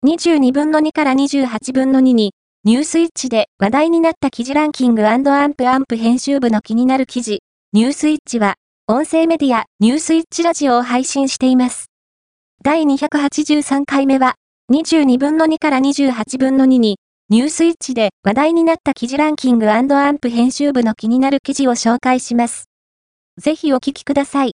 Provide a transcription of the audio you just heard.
22分の2から28分の2に、ニュースイッチで話題になった記事ランキング&アンプ編集部の気になる記事、ニュースイッチは、音声メディア、ニュースイッチラジオを配信しています。第283回目は、22分の2から28分の2に、ニュースイッチで話題になった記事ランキング&アンプ編集部の気になる記事を紹介します。ぜひお聞きください。